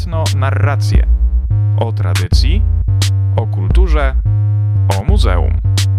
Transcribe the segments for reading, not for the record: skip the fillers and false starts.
Etnonarracje. O tradycji, o kulturze, o muzeum.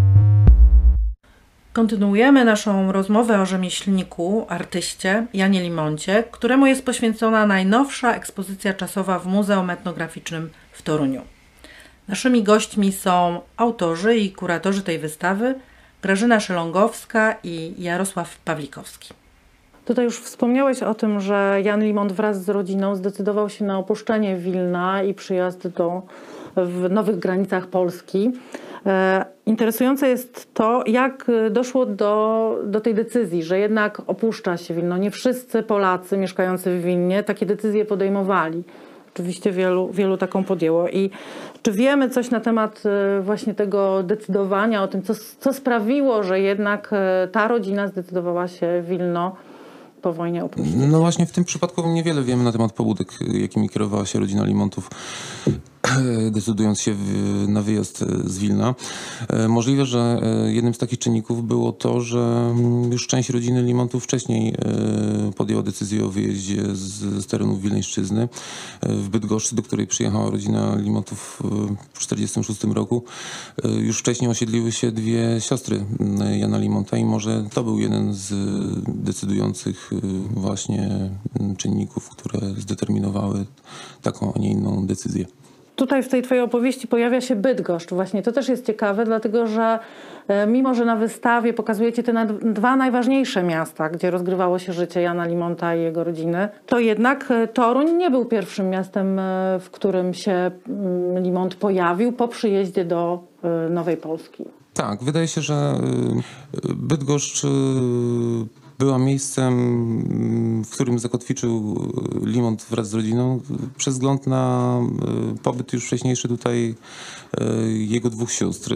Kontynuujemy naszą rozmowę o rzemieślniku, artyście Janie Limoncie, któremu jest poświęcona najnowsza ekspozycja czasowa w Muzeum Etnograficznym w Toruniu. Naszymi gośćmi są autorzy i kuratorzy tej wystawy Grażyna Szelongowska i Jarosław Pawlikowski. Tutaj już wspomniałeś o tym, że Jan Limont wraz z rodziną zdecydował się na opuszczenie Wilna i przyjazd w nowych granicach Polski. Interesujące jest to, jak doszło do tej decyzji, że jednak opuszcza się Wilno. Nie wszyscy Polacy mieszkający w Wilnie takie decyzje podejmowali. Oczywiście wielu taką podjęło. I czy wiemy coś na temat właśnie tego decydowania, o tym, co sprawiło, że jednak ta rodzina zdecydowała się Wilno po wojnie opuścić? No właśnie w tym przypadku niewiele wiemy na temat pobudek, jakimi kierowała się rodzina Limontów, decydując się na wyjazd z Wilna. Możliwe, że jednym z takich czynników było to, że już część rodziny Limontów wcześniej podjęła decyzję o wyjeździe z terenów Wileńszczyzny. W Bydgoszczy, do której przyjechała rodzina Limontów w 1946 roku, już wcześniej osiedliły się dwie siostry Jana Limonta i może to był jeden z decydujących właśnie czynników, które zdeterminowały taką, a nie inną decyzję. Tutaj w tej twojej opowieści pojawia się Bydgoszcz. Właśnie to też jest ciekawe, dlatego że mimo, że na wystawie pokazujecie te dwa najważniejsze miasta, gdzie rozgrywało się życie Jana Limonta i jego rodziny, to jednak Toruń nie był pierwszym miastem, w którym się Limont pojawił po przyjeździe do Nowej Polski. Tak, wydaje się, że Bydgoszcz była miejscem, w którym zakotwiczył Limont wraz z rodziną przez wzgląd na pobyt już wcześniejszy tutaj jego dwóch sióstr.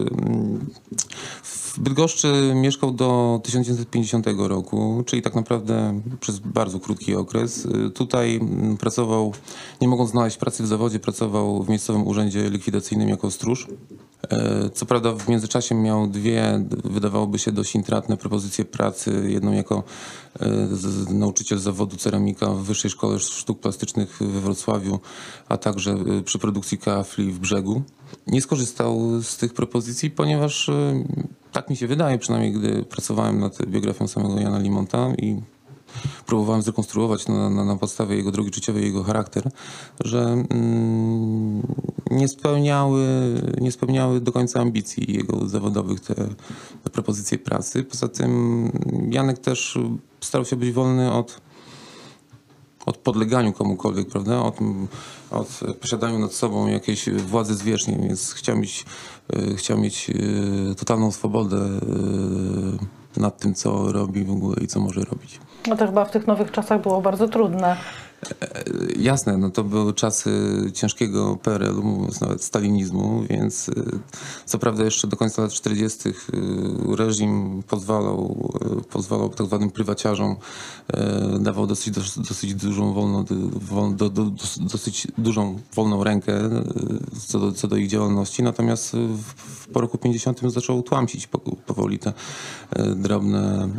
W Bydgoszczy mieszkał do 1950 roku, czyli tak naprawdę przez bardzo krótki okres. Tutaj pracował, nie mogąc znaleźć pracy w zawodzie, pracował w miejscowym urzędzie likwidacyjnym jako stróż. Co prawda w międzyczasie miał dwie, wydawałoby się dość intratne propozycje pracy. Jedną jako nauczyciel zawodu ceramika w Wyższej Szkole Sztuk Plastycznych we Wrocławiu, a także przy produkcji kafli w Brzegu. Nie skorzystał z tych propozycji, ponieważ tak mi się wydaje, przynajmniej gdy pracowałem nad biografią samego Jana Limonta i próbowałem zrekonstruować na podstawie jego drogi życiowej, jego charakter, że nie spełniały do końca ambicji jego zawodowych te propozycje pracy. Poza tym Janek też starał się być wolny od podleganiu komukolwiek, prawda? Od posiadaniu nad sobą jakiejś władzy zwierzchniej, więc chciał mieć totalną swobodę nad tym, co robi w ogóle i co może robić. No to chyba w tych nowych czasach było bardzo trudne. Jasne, no to były czasy ciężkiego PRL-u, mówiąc nawet stalinizmu, więc co prawda jeszcze do końca lat 40. reżim pozwalał tak zwanym prywaciarzom, dawał dosyć dużą wolną rękę co do ich działalności, natomiast po roku 50 zaczął tłamsić powoli te drobne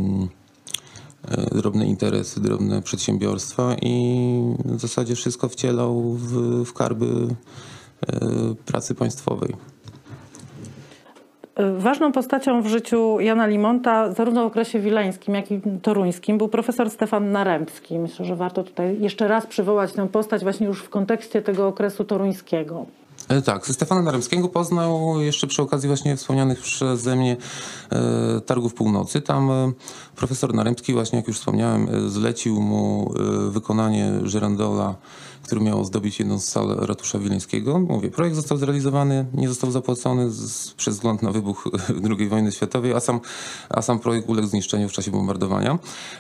interesy, drobne przedsiębiorstwa i w zasadzie wszystko wcielał w karby pracy państwowej. Ważną postacią w życiu Jana Limonta, zarówno w okresie wileńskim, jak i toruńskim, był profesor Stefan Narempski. Myślę, że warto tutaj jeszcze raz przywołać tę postać właśnie już w kontekście tego okresu toruńskiego. Tak, Stefana Narempskiego poznał jeszcze przy okazji właśnie wspomnianych przeze mnie Targów Północy. Tam profesor Narempski właśnie, jak już wspomniałem, zlecił mu wykonanie żyrandola, który miał zdobić jedną z sal ratusza wileńskiego. Mówię, projekt został zrealizowany, nie został zapłacony przez wzgląd na wybuch II wojny światowej, a sam projekt uległ zniszczeniu w czasie bombardowania.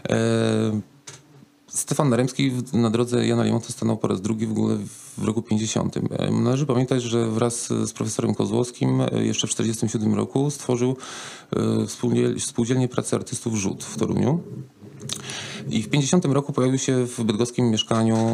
Stefan Narempski na drodze Jana Limonta stanął po raz drugi w ogóle w roku 50. Należy pamiętać, że wraz z profesorem Kozłowskim jeszcze w 1947 roku stworzył Spółdzielnię Pracy Artystów Rzut w Toruniu. I w 50 roku pojawił się w bydgoskim mieszkaniu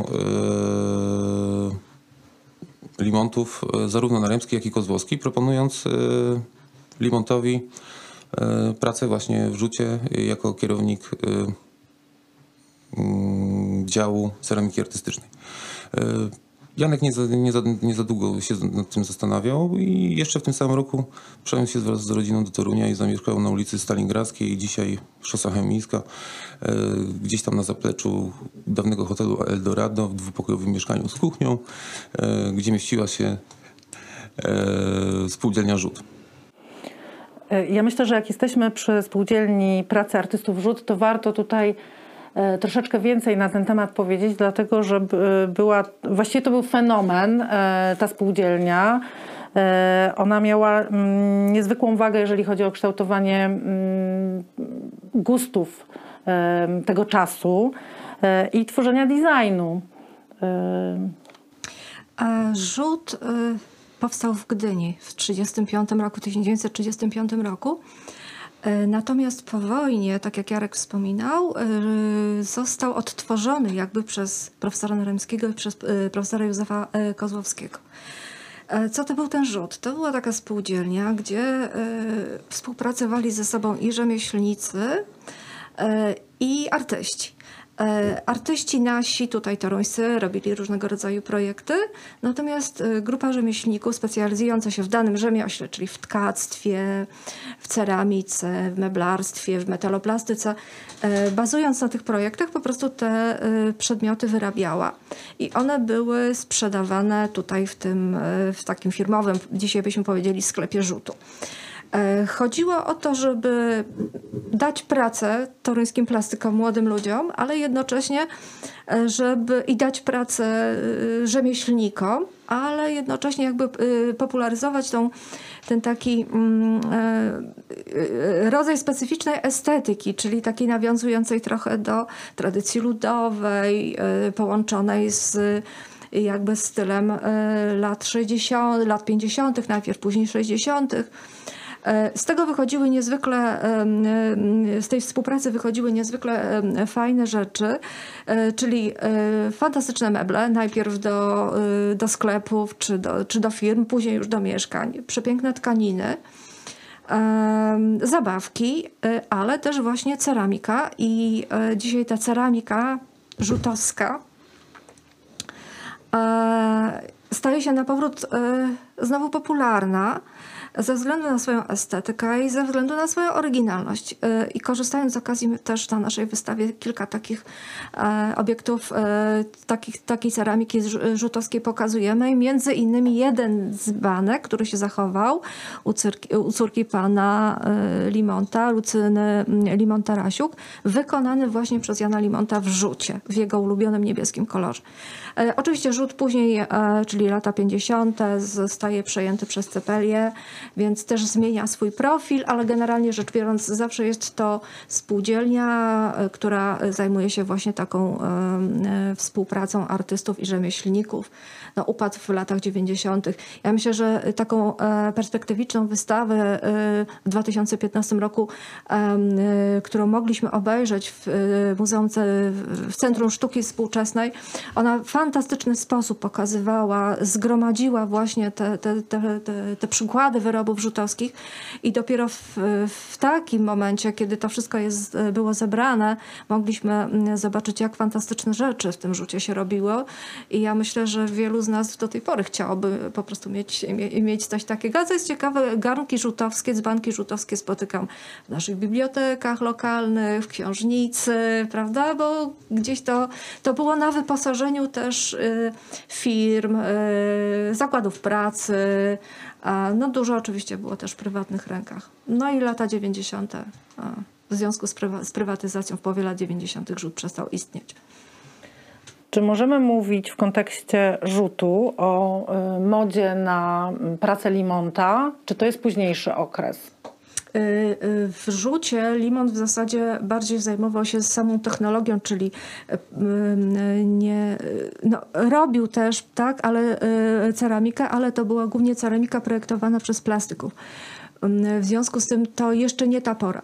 Limontów zarówno Narempski, jak i Kozłowski, proponując Limontowi pracę właśnie w Rzucie jako kierownik działu ceramiki artystycznej. Janek nie za długo się nad tym zastanawiał i jeszcze w tym samym roku przeniósł się wraz z rodziną do Torunia i zamieszkał na ulicy Stalingradzkiej i dzisiaj Szosa Chełmińska, gdzieś tam na zapleczu dawnego hotelu Eldorado w dwupokojowym mieszkaniu z kuchnią, gdzie mieściła się spółdzielnia Rzut. Ja myślę, że jak jesteśmy przy Spółdzielni Pracy Artystów Rzut, to warto tutaj troszeczkę więcej na ten temat powiedzieć, dlatego że właściwie to był fenomen, ta spółdzielnia. Ona miała niezwykłą wagę, jeżeli chodzi o kształtowanie gustów tego czasu i tworzenia designu. Rzut powstał w Gdyni w 1935 roku. Natomiast po wojnie, tak jak Jarek wspominał, został odtworzony jakby przez profesora Naremskiego i przez profesora Józefa Kozłowskiego. Co to był ten Rzut? To była taka spółdzielnia, gdzie współpracowali ze sobą i rzemieślnicy, i artyści. Artyści nasi, tutaj toruńscy, robili różnego rodzaju projekty, natomiast grupa rzemieślników specjalizująca się w danym rzemiośle, czyli w tkactwie, w ceramice, w meblarstwie, w metaloplastyce, bazując na tych projektach, po prostu te przedmioty wyrabiała. I one były sprzedawane tutaj w takim firmowym, dzisiaj byśmy powiedzieli, sklepie Rzutu. Chodziło o to, żeby dać pracę toruńskim plastykom, młodym ludziom, ale jednocześnie i dać pracę rzemieślnikom, ale jednocześnie jakby popularyzować ten taki rodzaj specyficznej estetyki, czyli takiej nawiązującej trochę do tradycji ludowej, połączonej z jakby stylem lat 60., lat 50., najpierw później 60. Z tego wychodziły z tej współpracy wychodziły niezwykle fajne rzeczy, czyli fantastyczne meble, najpierw do sklepów czy do firm, później już do mieszkań, przepiękne tkaniny, zabawki, ale też właśnie ceramika i dzisiaj ta ceramika rzutowska staje się na powrót znowu popularna ze względu na swoją estetykę i ze względu na swoją oryginalność. I korzystając z okazji, my też na naszej wystawie kilka takich obiektów, takiej ceramiki rzutowskiej pokazujemy. I między innymi jeden dzbanek, który się zachował u córki pana Limonta, Lucyny Limont-Tarasiuk, wykonany właśnie przez Jana Limonta w rzucie, w jego ulubionym niebieskim kolorze. Oczywiście rzut później, czyli lata 50., zostaje przejęty przez Cepelię, więc też zmienia swój profil, ale generalnie rzecz biorąc zawsze jest to spółdzielnia, która zajmuje się właśnie taką współpracą artystów i rzemieślników. No, upadł w latach 90. Ja myślę, że taką perspektywiczną wystawę w 2015 roku, którą mogliśmy obejrzeć w Muzeum w Centrum Sztuki Współczesnej, ona w fantastyczny sposób pokazywała, zgromadziła właśnie te przykłady wyrobów rzutowskich i dopiero w takim momencie, kiedy to wszystko było zebrane, mogliśmy zobaczyć, jak fantastyczne rzeczy w tym rzucie się robiło. I ja myślę, że wielu z nas do tej pory chciałoby po prostu mieć coś takiego. A co jest ciekawe, garnki rzutowskie, dzbanki rzutowskie spotykam w naszych bibliotekach lokalnych, w książnicy, prawda? Bo gdzieś to było na wyposażeniu też firm, zakładów pracy. No dużo oczywiście było też w prywatnych rękach. No i lata 90. W związku z prywatyzacją w połowie lat 90. rzut przestał istnieć. Czy możemy mówić w kontekście rzutu o modzie na pracę Limonta? Czy to jest późniejszy okres? W rzucie Limont w zasadzie bardziej zajmował się samą technologią, czyli robił też, tak, ale ceramikę, ale to była głównie ceramika projektowana przez plastyków. W związku z tym to jeszcze nie ta pora.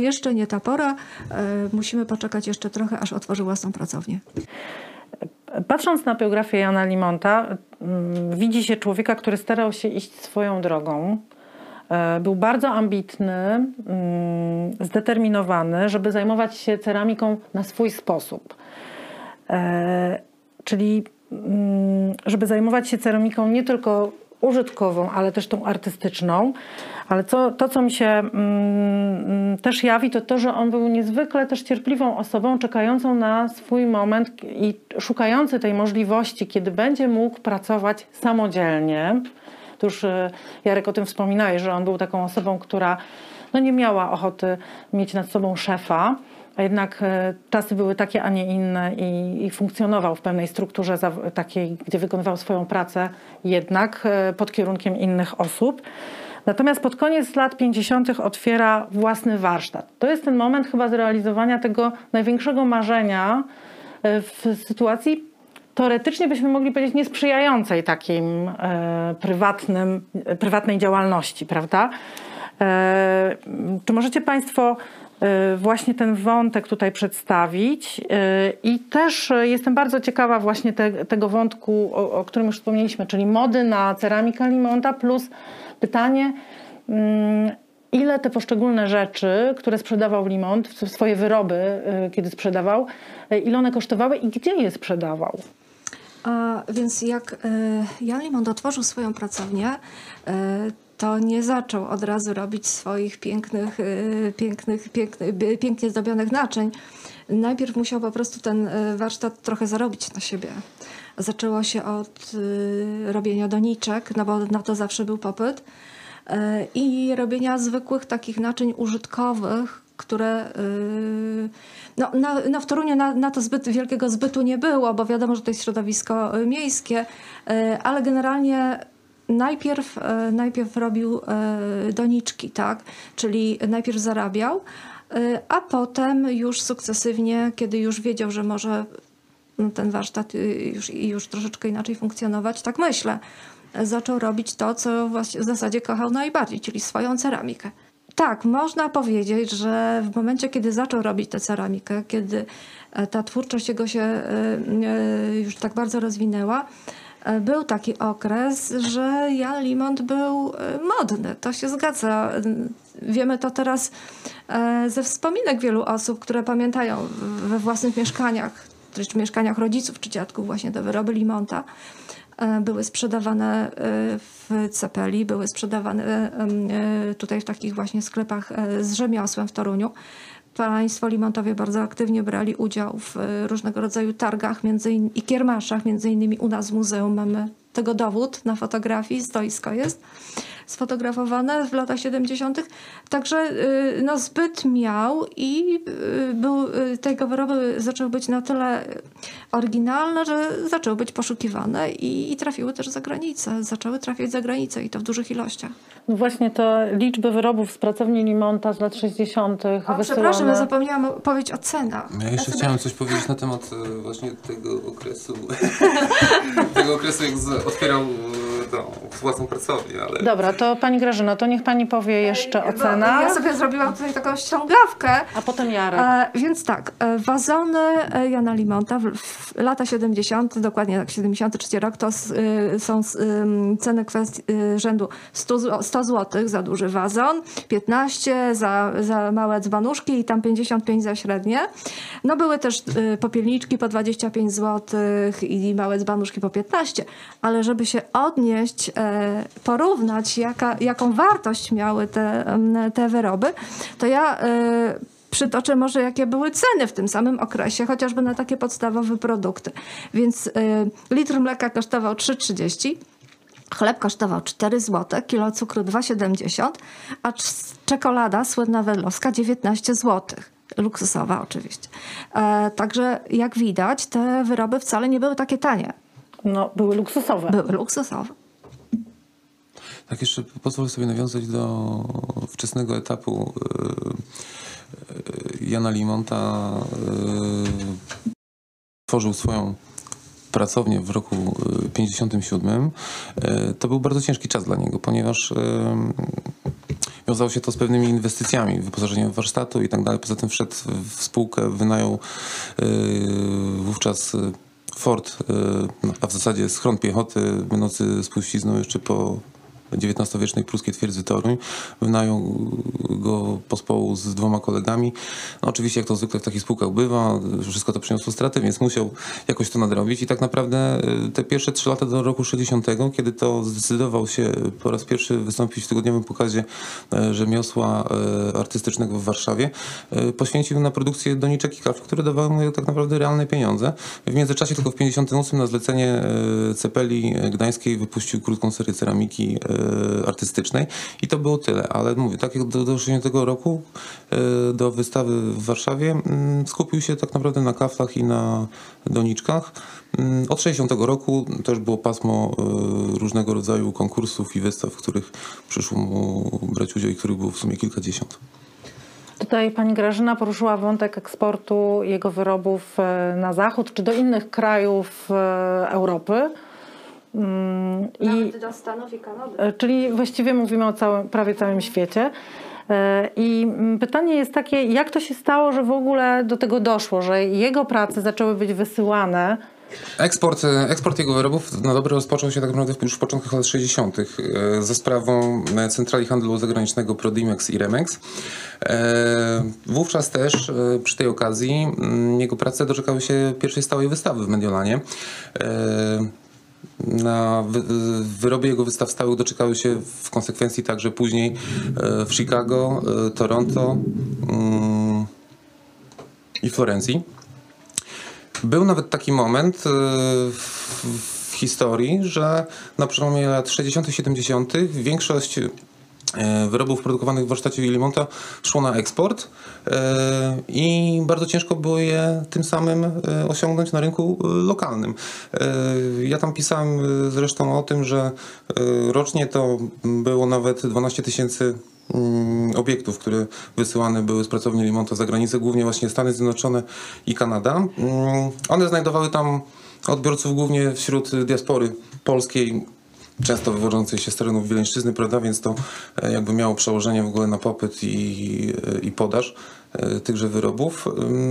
Musimy poczekać jeszcze trochę, aż otworzy własną pracownię. Patrząc na biografię Jana Limonta, widzi się człowieka, który starał się iść swoją drogą. Był bardzo ambitny, zdeterminowany, żeby zajmować się ceramiką na swój sposób. Czyli żeby zajmować się ceramiką nie tylko użytkową, ale też tą artystyczną. Ale to, co mi się też jawi, to to, że on był niezwykle też cierpliwą osobą, czekającą na swój moment i szukający tej możliwości, kiedy będzie mógł pracować samodzielnie. To już Jarek o tym wspominałeś, że on był taką osobą, która nie miała ochoty mieć nad sobą szefa, a jednak czasy były takie, a nie inne i funkcjonował w pewnej strukturze takiej, gdzie wykonywał swoją pracę jednak pod kierunkiem innych osób. Natomiast pod koniec lat 50. otwiera własny warsztat. To jest ten moment chyba zrealizowania tego największego marzenia w sytuacji teoretycznie byśmy mogli powiedzieć niesprzyjającej takim prywatnej działalności, prawda? Czy możecie Państwo właśnie ten wątek tutaj przedstawić? I też jestem bardzo ciekawa właśnie tego wątku, o którym już wspomnieliśmy, czyli mody na ceramikę Limonta, plus pytanie, ile te poszczególne rzeczy, które sprzedawał Limont, swoje wyroby, kiedy sprzedawał, ile one kosztowały i gdzie je sprzedawał? Więc jak Jan Limont otworzył swoją pracownię, to nie zaczął od razu robić swoich pięknie zdobionych naczyń. Najpierw musiał po prostu ten warsztat trochę zarobić na siebie. Zaczęło się od robienia doniczek, no bo na to zawsze był popyt, i robienia zwykłych takich naczyń użytkowych, które w Toruniu na to zbyt wielkiego zbytu nie było, bo wiadomo, że to jest środowisko miejskie, ale generalnie najpierw robił doniczki, tak? Czyli najpierw zarabiał, a potem już sukcesywnie, kiedy już wiedział, że może ten warsztat już troszeczkę inaczej funkcjonować, tak myślę, zaczął robić to, co w zasadzie kochał najbardziej, czyli swoją ceramikę. Tak, można powiedzieć, że w momencie, kiedy zaczął robić tę ceramikę, kiedy ta twórczość jego się już tak bardzo rozwinęła, był taki okres, że Jan Limont był modny. To się zgadza. Wiemy to teraz ze wspominek wielu osób, które pamiętają we własnych mieszkaniach, czy mieszkaniach rodziców czy dziadków właśnie te wyroby Limonta. Były sprzedawane w Cepeli, były sprzedawane tutaj w takich właśnie sklepach z rzemiosłem w Toruniu. Państwo Limontowie bardzo aktywnie brali udział w różnego rodzaju targach i kiermaszach. Między innymi u nas w muzeum mamy tego dowód na fotografii, stoisko jest sfotografowane w latach 70. Także zbyt miał i tego wyroby zaczęły być na tyle oryginalne, że zaczęły być poszukiwane i trafiły też za granicę. Zaczęły trafiać za granicę i to w dużych ilościach. No właśnie te liczby wyrobów z pracowni Limonta z lat 60. Przepraszam, ja zapomniałam powiedzieć o cenach. Ja jeszcze chciałem coś powiedzieć na temat właśnie tego okresu, jak otwierał własną pracownię. Ale... Dobra, to Pani Grażyno, to niech Pani powie jeszcze o cenach. Ja sobie zrobiłam tutaj taką ściągawkę. A potem Jarek. Więc tak, wazony Jana Limonta w lata 70., dokładnie tak 73 rok, to są ceny rzędu 100 zł za duży wazon, 15 za małe dzbanuszki i tam 55 za średnie. No były też popielniczki po 25 zł i małe dzbanuszki po 15, ale żeby się odnieść, porównać jaką wartość miały te wyroby, to ja przytoczę może jakie były ceny w tym samym okresie, chociażby na takie podstawowe produkty. Więc litr mleka kosztował 3,30, chleb kosztował 4 zł, kilo cukru 2,70, a czekolada słynna wedlowska 19 zł. Luksusowa oczywiście. Także jak widać, te wyroby wcale nie były takie tanie. No, były luksusowe. Były luksusowe. Tak, jeszcze pozwolę sobie nawiązać do wczesnego etapu Jana Limonta. Tworzył swoją pracownię w roku 57. To był bardzo ciężki czas dla niego, ponieważ wiązało się to z pewnymi inwestycjami, wyposażeniem warsztatu i tak dalej. Poza tym wszedł w spółkę, wynajął wówczas Ford, a w zasadzie schron piechoty, będący spuścizną jeszcze po XIX-wiecznej pruskiej twierdzy Toruń. Wynajął go pospołu z 2 kolegami. No, oczywiście, jak to zwykle w takich spółkach bywa, wszystko to przyniosło straty, więc musiał jakoś to nadrobić. I tak naprawdę te pierwsze 3 lata do roku 60, kiedy to zdecydował się po raz pierwszy wystąpić w tygodniowym pokazie rzemiosła artystycznego w Warszawie, poświęcił na produkcję doniczek i kaw, które dawały mu tak naprawdę realne pieniądze. W międzyczasie tylko w 58 na zlecenie Cepeli Gdańskiej wypuścił krótką serię ceramiki artystycznej i to było tyle. Ale mówię, tak jak do 60 roku do wystawy w Warszawie skupił się tak naprawdę na kaflach i na doniczkach. Od 60 roku też było pasmo różnego rodzaju konkursów i wystaw, w których przyszło mu brać udział i których było w sumie kilkadziesiąt. Tutaj pani Grażyna poruszyła wątek eksportu jego wyrobów na zachód, czy do innych krajów Europy. Nawet do Stanów i Kanady. Czyli właściwie mówimy o prawie całym świecie. I pytanie jest takie, jak to się stało, że w ogóle do tego doszło, że jego prace zaczęły być wysyłane? Eksport jego wyrobów na dobre rozpoczął się tak naprawdę już w początkach lat 60. Za sprawą Centrali Handlu Zagranicznego Prodimex i Remex. Wówczas też przy tej okazji jego prace doczekały się pierwszej stałej wystawy w Mediolanie. Na wyrobie jego wystaw stałych doczekały się w konsekwencji także później w Chicago, Toronto i Florencji. Był nawet taki moment w historii, że na przełomie lat 60. i 70. większość wyrobów produkowanych w warsztacie Willimonta szło na eksport i bardzo ciężko było je tym samym osiągnąć na rynku lokalnym. Ja tam pisałem zresztą o tym, że rocznie to było nawet 12 000 obiektów, które wysyłane były z pracowni Limonta za granicę, głównie właśnie Stany Zjednoczone i Kanada. One znajdowały tam odbiorców głównie wśród diaspory polskiej, często wywodzącej się z terenów Wileńszczyzny, prawda, więc to jakby miało przełożenie w ogóle na popyt i podaż tychże wyrobów.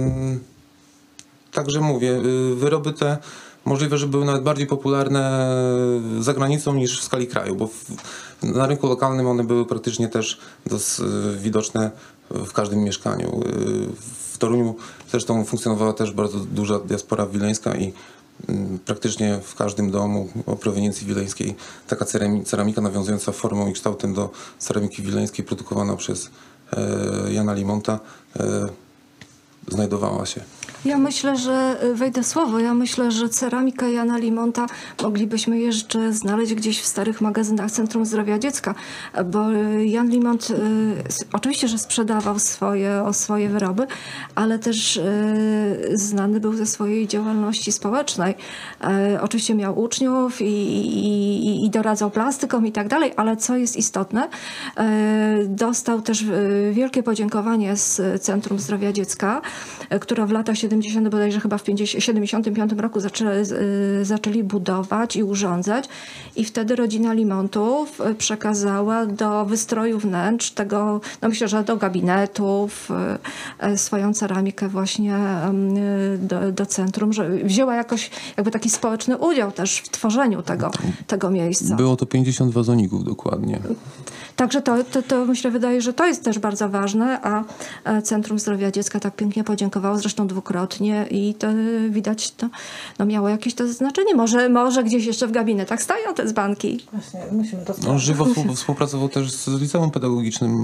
Także mówię, wyroby te możliwe, że były nawet bardziej popularne za granicą niż w skali kraju, bo na rynku lokalnym one były praktycznie też widoczne w każdym mieszkaniu. W Toruniu zresztą funkcjonowała też bardzo duża diaspora wileńska i praktycznie w każdym domu o proweniencji wileńskiej taka ceramika nawiązująca formą i kształtem do ceramiki wileńskiej produkowana przez Jana Limonta znajdowała się. Ja myślę, że wejdę w słowo. Ja myślę, że ceramikę Jana Limonta moglibyśmy jeszcze znaleźć gdzieś w starych magazynach Centrum Zdrowia Dziecka, bo Jan Limont oczywiście, że sprzedawał swoje wyroby, ale też znany był ze swojej działalności społecznej. Oczywiście miał uczniów i doradzał plastykom i tak dalej, ale co jest istotne, dostał też wielkie podziękowanie z Centrum Zdrowia Dziecka, które w latach 70, bodajże chyba w 75 roku zaczęli budować i urządzać i wtedy rodzina Limontów przekazała do wystroju wnętrz tego, no myślę, że do gabinetów swoją ceramikę właśnie do centrum, że wzięła jakoś jakby taki społeczny udział też w tworzeniu tego miejsca. Było to 50 wazoników dokładnie. Także to myślę, wydaje, że to jest też bardzo ważne, a Centrum Zdrowia Dziecka tak pięknie podziękowało, zresztą dwukrotnie i to widać, to no miało jakieś to znaczenie. Może gdzieś jeszcze w gabinetach stają te dzbanki. Właśnie, musimy to On żywo współpracował też z liceum pedagogicznym,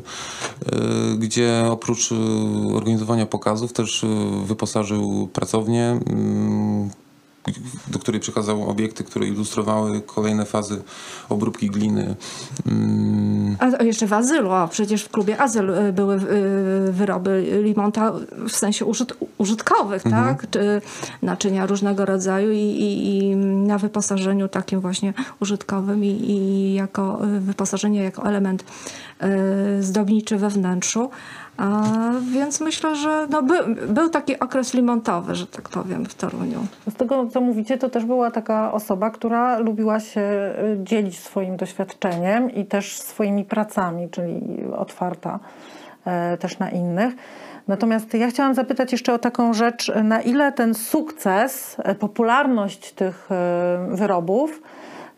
gdzie oprócz organizowania pokazów też wyposażył pracownię, do której przekazał obiekty, które ilustrowały kolejne fazy obróbki gliny. A jeszcze w Azylu, przecież w klubie Azyl były wyroby Limonta w sensie użytkowych, tak? Czy naczynia różnego rodzaju i na wyposażeniu takim właśnie użytkowym i jako wyposażenie, jako element zdobniczy we wnętrzu. Więc myślę, że no był taki okres limontowy, że tak powiem, w Toruniu. Z tego, co mówicie, to też była taka osoba, która lubiła się dzielić swoim doświadczeniem i też swoimi pracami, czyli otwarta też na innych. Natomiast ja chciałam zapytać jeszcze o taką rzecz, na ile ten sukces, popularność tych wyrobów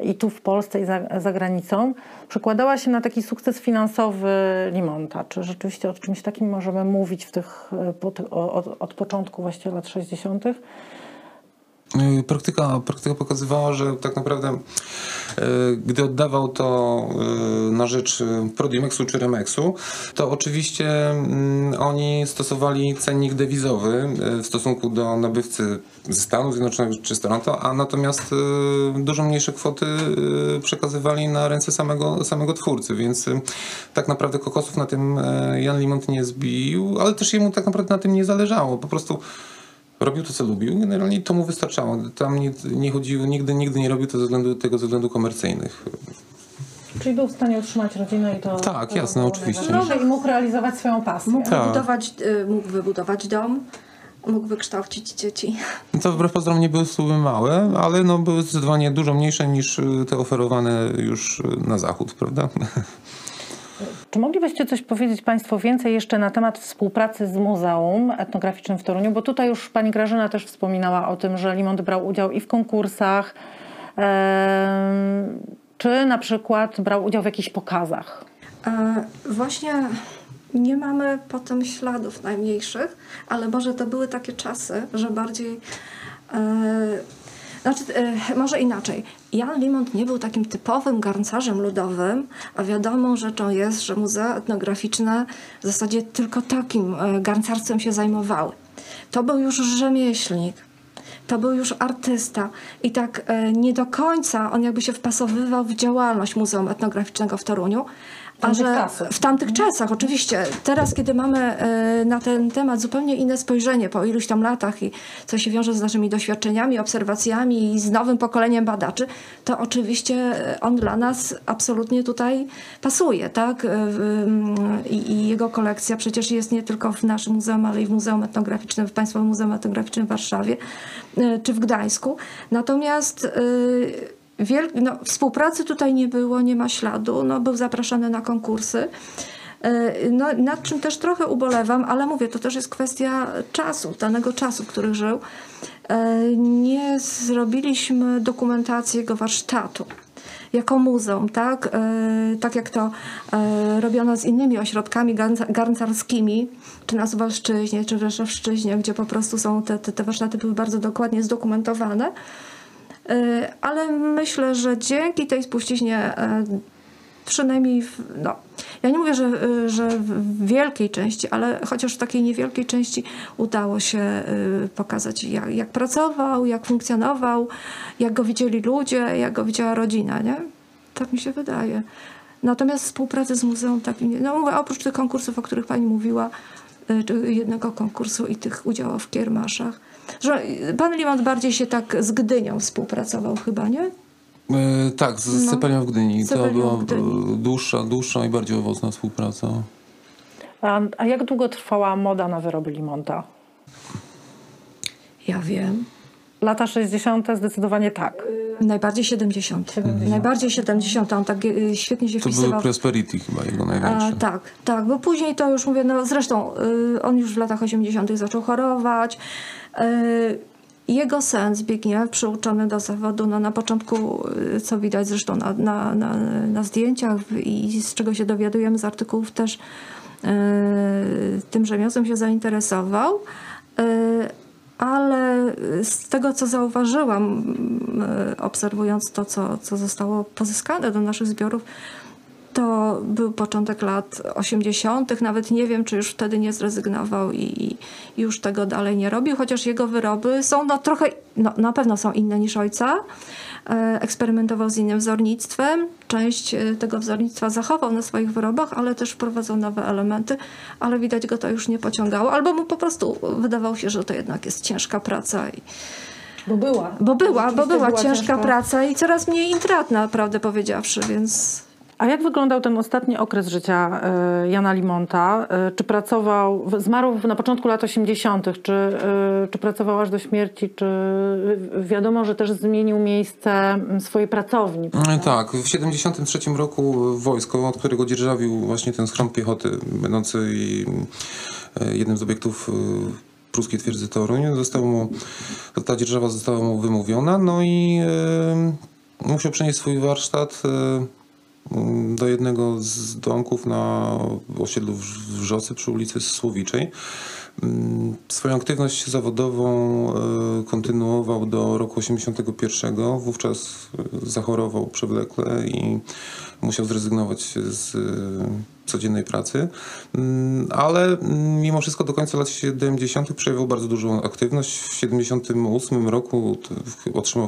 i tu w Polsce i za granicą, przekładała się na taki sukces finansowy Limonta. Czy rzeczywiście o czymś takim możemy mówić od początku właściwie lat 60.? Praktyka pokazywała, że tak naprawdę gdy oddawał to na rzecz Prodimexu czy Remexu, to oczywiście oni stosowali cennik dewizowy w stosunku do nabywcy ze Stanów Zjednoczonych czy z Toronto, a natomiast dużo mniejsze kwoty przekazywali na ręce samego twórcy, więc tak naprawdę kokosów na tym Jan Limont nie zbił, ale też jemu tak naprawdę na tym nie zależało. Po prostu robił to, co lubił, generalnie to mu wystarczało. Tam nie chodziło, nigdy nie robił to ze względów komercyjnych. Czyli był w stanie utrzymać rodzinę i to... Tak, jasne, oczywiście. I mógł realizować swoją pasję. Mógł wybudować dom, mógł wykształcić dzieci. To wbrew pozorom nie były sumy małe, ale no były zdecydowanie dużo mniejsze niż te oferowane już na zachód, prawda? Czy moglibyście coś powiedzieć Państwo więcej jeszcze na temat współpracy z Muzeum Etnograficznym w Toruniu? Bo tutaj już pani Grażyna też wspominała o tym, że Limont brał udział i w konkursach, czy na przykład brał udział w jakichś pokazach. Właśnie nie mamy potem śladów najmniejszych, ale może to były takie czasy, że bardziej... może inaczej. Jan Limont nie był takim typowym garncarzem ludowym, a wiadomą rzeczą jest, że muzea etnograficzne w zasadzie tylko takim garncarstwem się zajmowały. To był już rzemieślnik, to był już artysta i tak nie do końca on jakby się wpasowywał w działalność Muzeum Etnograficznego w Toruniu. W tamtych czasach, oczywiście. Teraz, kiedy mamy na ten temat zupełnie inne spojrzenie po iluś tam latach i co się wiąże z naszymi doświadczeniami, obserwacjami i z nowym pokoleniem badaczy, to oczywiście on dla nas absolutnie tutaj pasuje, tak? I jego kolekcja przecież jest nie tylko w naszym muzeum, ale i w Muzeum Etnograficznym, w Państwowym Muzeum Etnograficznym w Warszawie czy w Gdańsku. Natomiast współpracy tutaj nie było, nie ma śladu. Był zapraszany na konkursy. Nad czym też trochę ubolewam, ale mówię, to też jest kwestia czasu, danego czasu, który żył. Nie zrobiliśmy dokumentacji jego warsztatu jako muzeum, tak? Tak jak to robiono z innymi ośrodkami garncarskimi, czy na Suwalszczyźnie, czy w Rzeszowszczyźnie, gdzie po prostu są te warsztaty były bardzo dokładnie zdokumentowane. Ale myślę, że dzięki tej spuściźnie, przynajmniej, ja nie mówię, że w wielkiej części, ale chociaż w takiej niewielkiej części udało się pokazać, jak pracował, jak funkcjonował, jak go widzieli ludzie, jak go widziała rodzina, nie? Tak mi się wydaje. Natomiast współpracy z muzeum takim, oprócz tych konkursów, o których pani mówiła, jednego konkursu i tych udziałów w kiermaszach, że pan Limont bardziej się tak z Gdynią współpracował chyba, nie? Tak, z Cepelią w Gdyni. To była dłuższa i bardziej owocna współpraca. A jak długo trwała moda na wyroby Limonta? Ja wiem. Lata 60. zdecydowanie tak. Najbardziej 70. Najbardziej 70. On tak świetnie się wpisywał. To był Prosperity chyba jego największy. Tak, bo później to już mówię, zresztą on już w latach 80. zaczął chorować. Jego syn Zbigniew, przyuczony do zawodu, na początku, co widać zresztą na zdjęciach i z czego się dowiadujemy z artykułów, też tym rzemiosłem się zainteresował. Ale z tego, co zauważyłam, obserwując to, co zostało pozyskane do naszych zbiorów, to był początek lat 80. Nawet nie wiem, czy już wtedy nie zrezygnował i już tego dalej nie robił, chociaż jego wyroby są trochę, na pewno są inne niż ojca. Eksperymentował z innym wzornictwem. Część tego wzornictwa zachował na swoich wyrobach, ale też wprowadzał nowe elementy, ale widać go to już nie pociągało, albo mu po prostu wydawało się, że to jednak jest ciężka praca. Bo była ciężka praca i coraz mniej intratna, prawdę powiedziawszy, więc... A jak wyglądał ten ostatni okres życia Jana Limonta? Czy zmarł na początku lat 80., czy pracował aż do śmierci, czy wiadomo, że też zmienił miejsce swojej pracowni? Tak, w 73 roku wojsko, od którego dzierżawił właśnie ten schron piechoty, będący jednym z obiektów pruskiej twierdzy Toruń, ta dzierżawa została mu wymówiona, i musiał przenieść swój warsztat do jednego z domków na osiedlu w Wrzocy przy ulicy Słowiczej. Swoją aktywność zawodową kontynuował do roku 1981. Wówczas zachorował przewlekle i musiał zrezygnować z codziennej pracy. Ale mimo wszystko do końca lat 70. przejawiał bardzo dużą aktywność. W 1978 roku otrzymał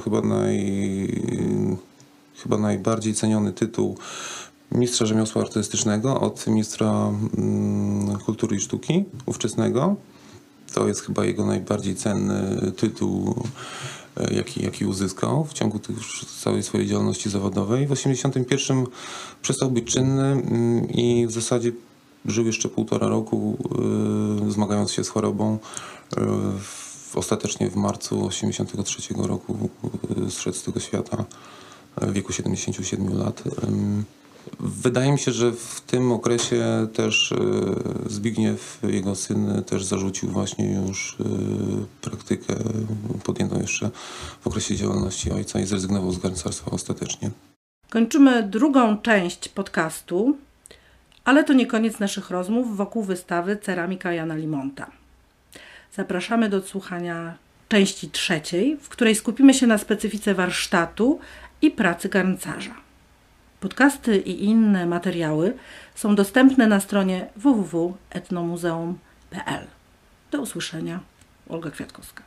chyba najbardziej ceniony tytuł mistrza rzemiosła artystycznego od ministra kultury i sztuki ówczesnego. To jest chyba jego najbardziej cenny tytuł, jaki uzyskał w ciągu całej swojej działalności zawodowej. W 1981 przestał być czynny i w zasadzie żył jeszcze 1,5 roku, zmagając się z chorobą. Ostatecznie w marcu 1983 roku zszedł z tego świata w wieku 77 lat. Wydaje mi się, że w tym okresie też Zbigniew, jego syn, też zarzucił właśnie już praktykę podjętą jeszcze w okresie działalności ojca i zrezygnował z garncarstwa ostatecznie. Kończymy drugą część podcastu, ale to nie koniec naszych rozmów wokół wystawy Ceramika Jana Limonta. Zapraszamy do odsłuchania części trzeciej, w której skupimy się na specyfice warsztatu i pracy garncarza. Podcasty i inne materiały są dostępne na stronie www.etnomuzeum.pl. Do usłyszenia. Olga Kwiatkowska.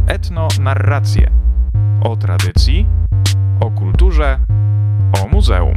Etnonarracje o tradycji, o kulturze, o muzeum.